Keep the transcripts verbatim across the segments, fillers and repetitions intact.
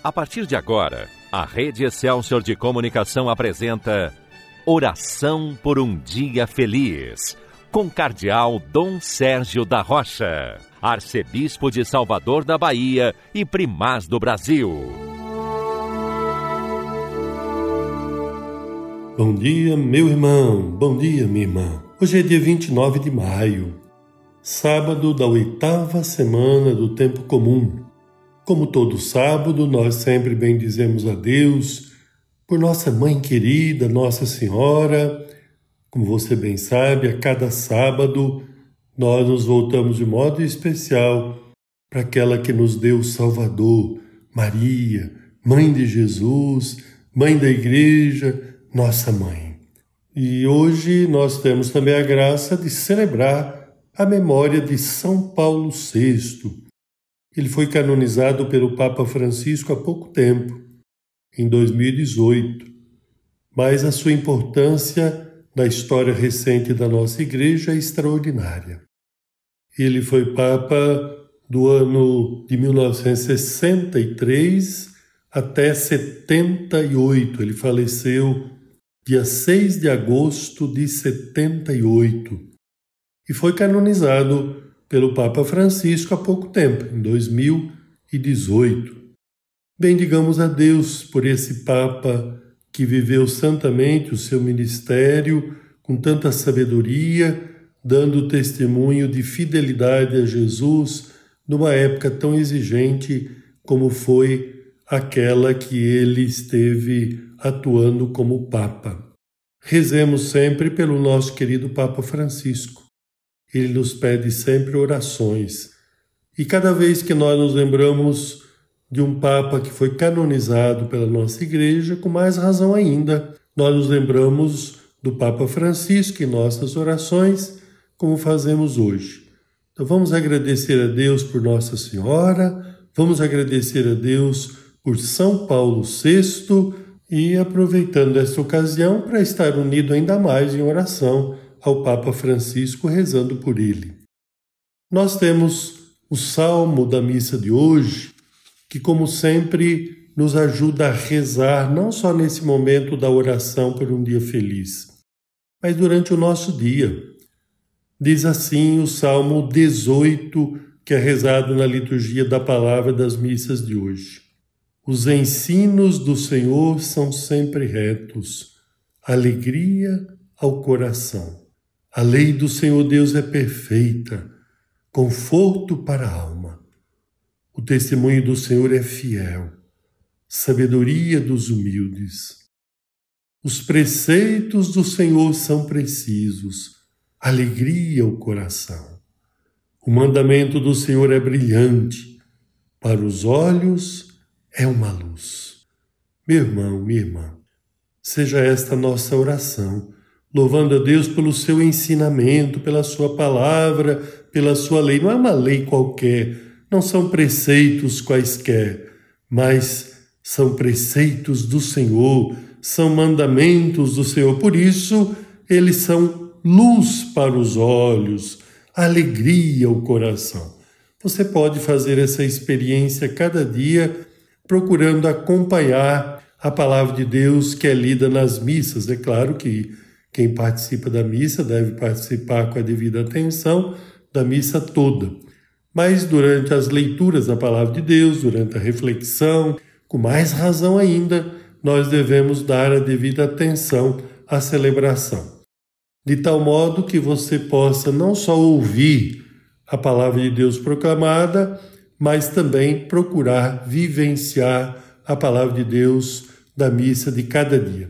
A partir de agora, a Rede Excelsior de Comunicação apresenta Oração por um Dia Feliz, com Cardeal Dom Sérgio da Rocha, Arcebispo de Salvador da Bahia e Primaz do Brasil. Bom dia, meu irmão, bom dia, minha irmã. Hoje é dia vinte e nove de maio, sábado da oitava semana do tempo comum. Como todo sábado, nós sempre bendizemos a Deus por nossa mãe querida, Nossa Senhora. Como você bem sabe, a cada sábado nós nos voltamos de modo especial para aquela que nos deu o Salvador, Maria, Mãe de Jesus, Mãe da Igreja, nossa Mãe. E hoje nós temos também a graça de celebrar a memória de São Paulo sexto. Ele foi canonizado pelo Papa Francisco há pouco tempo, em dois mil e dezoito, mas a sua importância na história recente da nossa Igreja é extraordinária. Ele foi Papa do ano de mil novecentos e sessenta e três até setenta e oito. Ele faleceu dia seis de agosto de setenta e oito e foi canonizado pelo Papa Francisco há pouco tempo, em dois mil e dezoito. Bendigamos a Deus por esse Papa que viveu santamente o seu ministério com tanta sabedoria, dando testemunho de fidelidade a Jesus numa época tão exigente como foi aquela que ele esteve atuando como Papa. Rezemos sempre pelo nosso querido Papa Francisco. Ele nos pede sempre orações. E cada vez que nós nos lembramos de um Papa que foi canonizado pela nossa Igreja, com mais razão ainda, nós nos lembramos do Papa Francisco em nossas orações, como fazemos hoje. Então vamos agradecer a Deus por Nossa Senhora, vamos agradecer a Deus por São Paulo sexto e aproveitando esta ocasião para estar unido ainda mais em oração ao Papa Francisco, rezando por ele. Nós temos o salmo da missa de hoje, que como sempre nos ajuda a rezar, não só nesse momento da oração por um dia feliz, mas durante o nosso dia. Diz assim o Salmo dezoito, que é rezado na liturgia da palavra das missas de hoje. Os ensinos do Senhor são sempre retos, alegria ao coração. A lei do Senhor Deus é perfeita, conforto para a alma. O testemunho do Senhor é fiel, sabedoria dos humildes. Os preceitos do Senhor são precisos, alegria ao coração. O mandamento do Senhor é brilhante, para os olhos é uma luz. Meu irmão, minha irmã, seja esta a nossa oração, louvando a Deus pelo seu ensinamento, pela sua palavra, pela sua lei. Não é uma lei qualquer, não são preceitos quaisquer, mas são preceitos do Senhor, são mandamentos do Senhor. Por isso, eles são luz para os olhos, alegria ao coração. Você pode fazer essa experiência cada dia, procurando acompanhar a palavra de Deus que é lida nas missas. É claro que quem participa da missa deve participar com a devida atenção da missa toda. Mas durante as leituras da palavra de Deus, durante a reflexão, com mais razão ainda, nós devemos dar a devida atenção à celebração. De tal modo que você possa não só ouvir a palavra de Deus proclamada, mas também procurar vivenciar a palavra de Deus da missa de cada dia.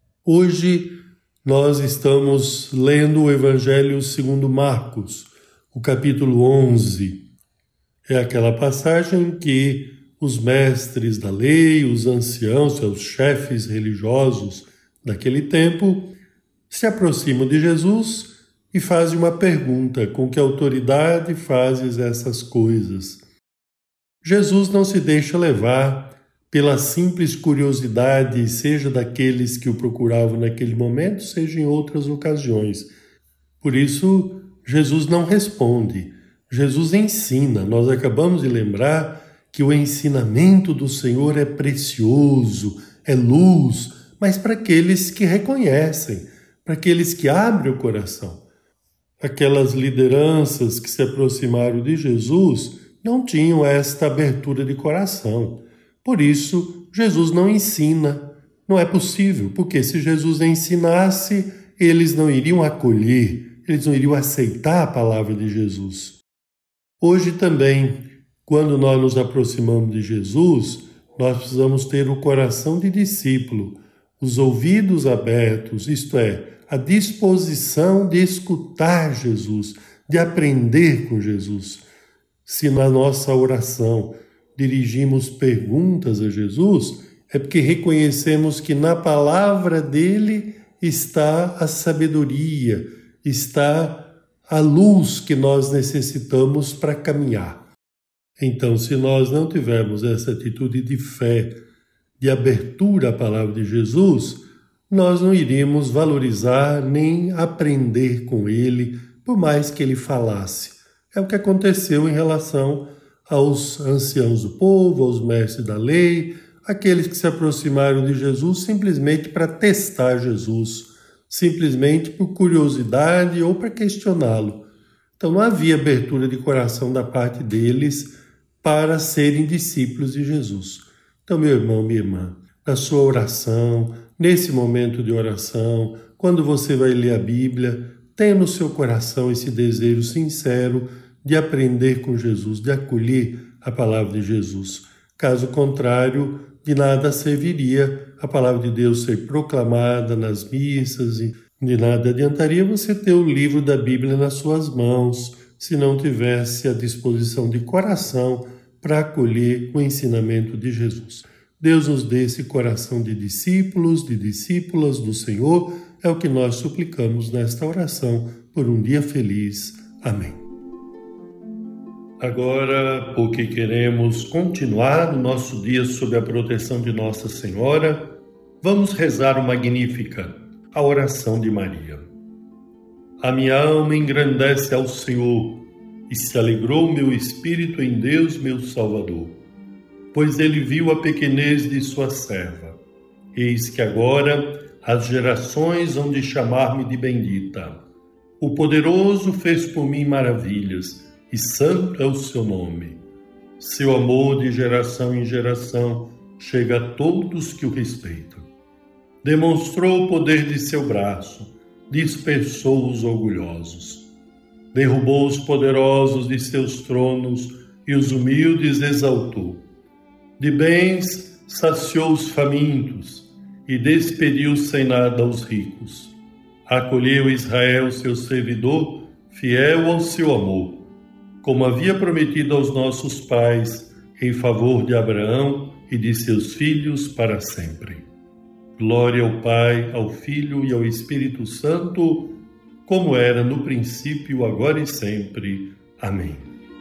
Hoje nós estamos lendo o Evangelho segundo Marcos, o capítulo onze. É aquela passagem que os mestres da lei, os anciãos, os chefes religiosos daquele tempo, se aproximam de Jesus e fazem uma pergunta: com que autoridade fazes essas coisas? Jesus não se deixa levar pela simples curiosidade, seja daqueles que o procuravam naquele momento, seja em outras ocasiões. Por isso, Jesus não responde, Jesus ensina. Nós acabamos de lembrar que o ensinamento do Senhor é precioso, é luz, mas para aqueles que reconhecem, para aqueles que abrem o coração. Aquelas lideranças que se aproximaram de Jesus não tinham esta abertura de coração. Por isso, Jesus não ensina. Não é possível, porque se Jesus ensinasse, eles não iriam acolher, eles não iriam aceitar a palavra de Jesus. Hoje também, quando nós nos aproximamos de Jesus, nós precisamos ter o coração de discípulo, os ouvidos abertos, isto é, a disposição de escutar Jesus, de aprender com Jesus. Se na nossa oração dirigimos perguntas a Jesus, é porque reconhecemos que na palavra dele está a sabedoria, está a luz que nós necessitamos para caminhar. Então, se nós não tivermos essa atitude de fé, de abertura à palavra de Jesus, nós não iríamos valorizar nem aprender com ele, por mais que ele falasse. É o que aconteceu em relação aos anciãos do povo, aos mestres da lei, aqueles que se aproximaram de Jesus simplesmente para testar Jesus, simplesmente por curiosidade ou para questioná-lo. Então não havia abertura de coração da parte deles para serem discípulos de Jesus. Então, meu irmão, minha irmã, na sua oração, nesse momento de oração, quando você vai ler a Bíblia, tenha no seu coração esse desejo sincero de aprender com Jesus, de acolher a palavra de Jesus. Caso contrário, de nada serviria a palavra de Deus ser proclamada nas missas e de nada adiantaria você ter o livro da Bíblia nas suas mãos, se não tivesse a disposição de coração para acolher o ensinamento de Jesus. Deus nos dê esse coração de discípulos, de discípulas do Senhor, é o que nós suplicamos nesta oração por um dia feliz. Amém. Agora, porque queremos continuar o nosso dia sob a proteção de Nossa Senhora, vamos rezar o Magnífica, a oração de Maria. A minha alma engrandece ao Senhor, e se alegrou meu espírito em Deus, meu Salvador, pois ele viu a pequenez de sua serva. Eis que agora as gerações hão de chamar-me de bendita. O Poderoso fez por mim maravilhas, e santo é o seu nome. Seu amor de geração em geração chega a todos que o respeitam. Demonstrou o poder de seu braço, dispersou os orgulhosos. Derrubou os poderosos de seus tronos e os humildes exaltou. De bens saciou os famintos e despediu sem nada os ricos. Acolheu Israel, seu servidor, fiel ao seu amor, como havia prometido aos nossos pais, em favor de Abraão e de seus filhos para sempre. Glória ao Pai, ao Filho e ao Espírito Santo, como era no princípio, agora e sempre. Amém.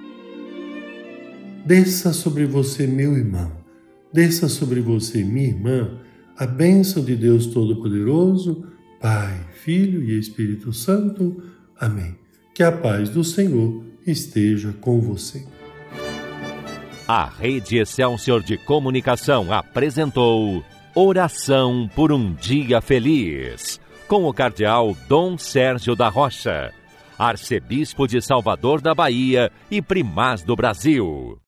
Desça sobre você, meu irmão, desça sobre você, minha irmã, a bênção de Deus Todo-Poderoso, Pai, Filho e Espírito Santo. Amém. Que a paz do Senhor esteja com você. A Rede Excelsior de Comunicação apresentou Oração por um Dia Feliz, com o cardeal Dom Sérgio da Rocha, arcebispo de Salvador da Bahia e primaz do Brasil.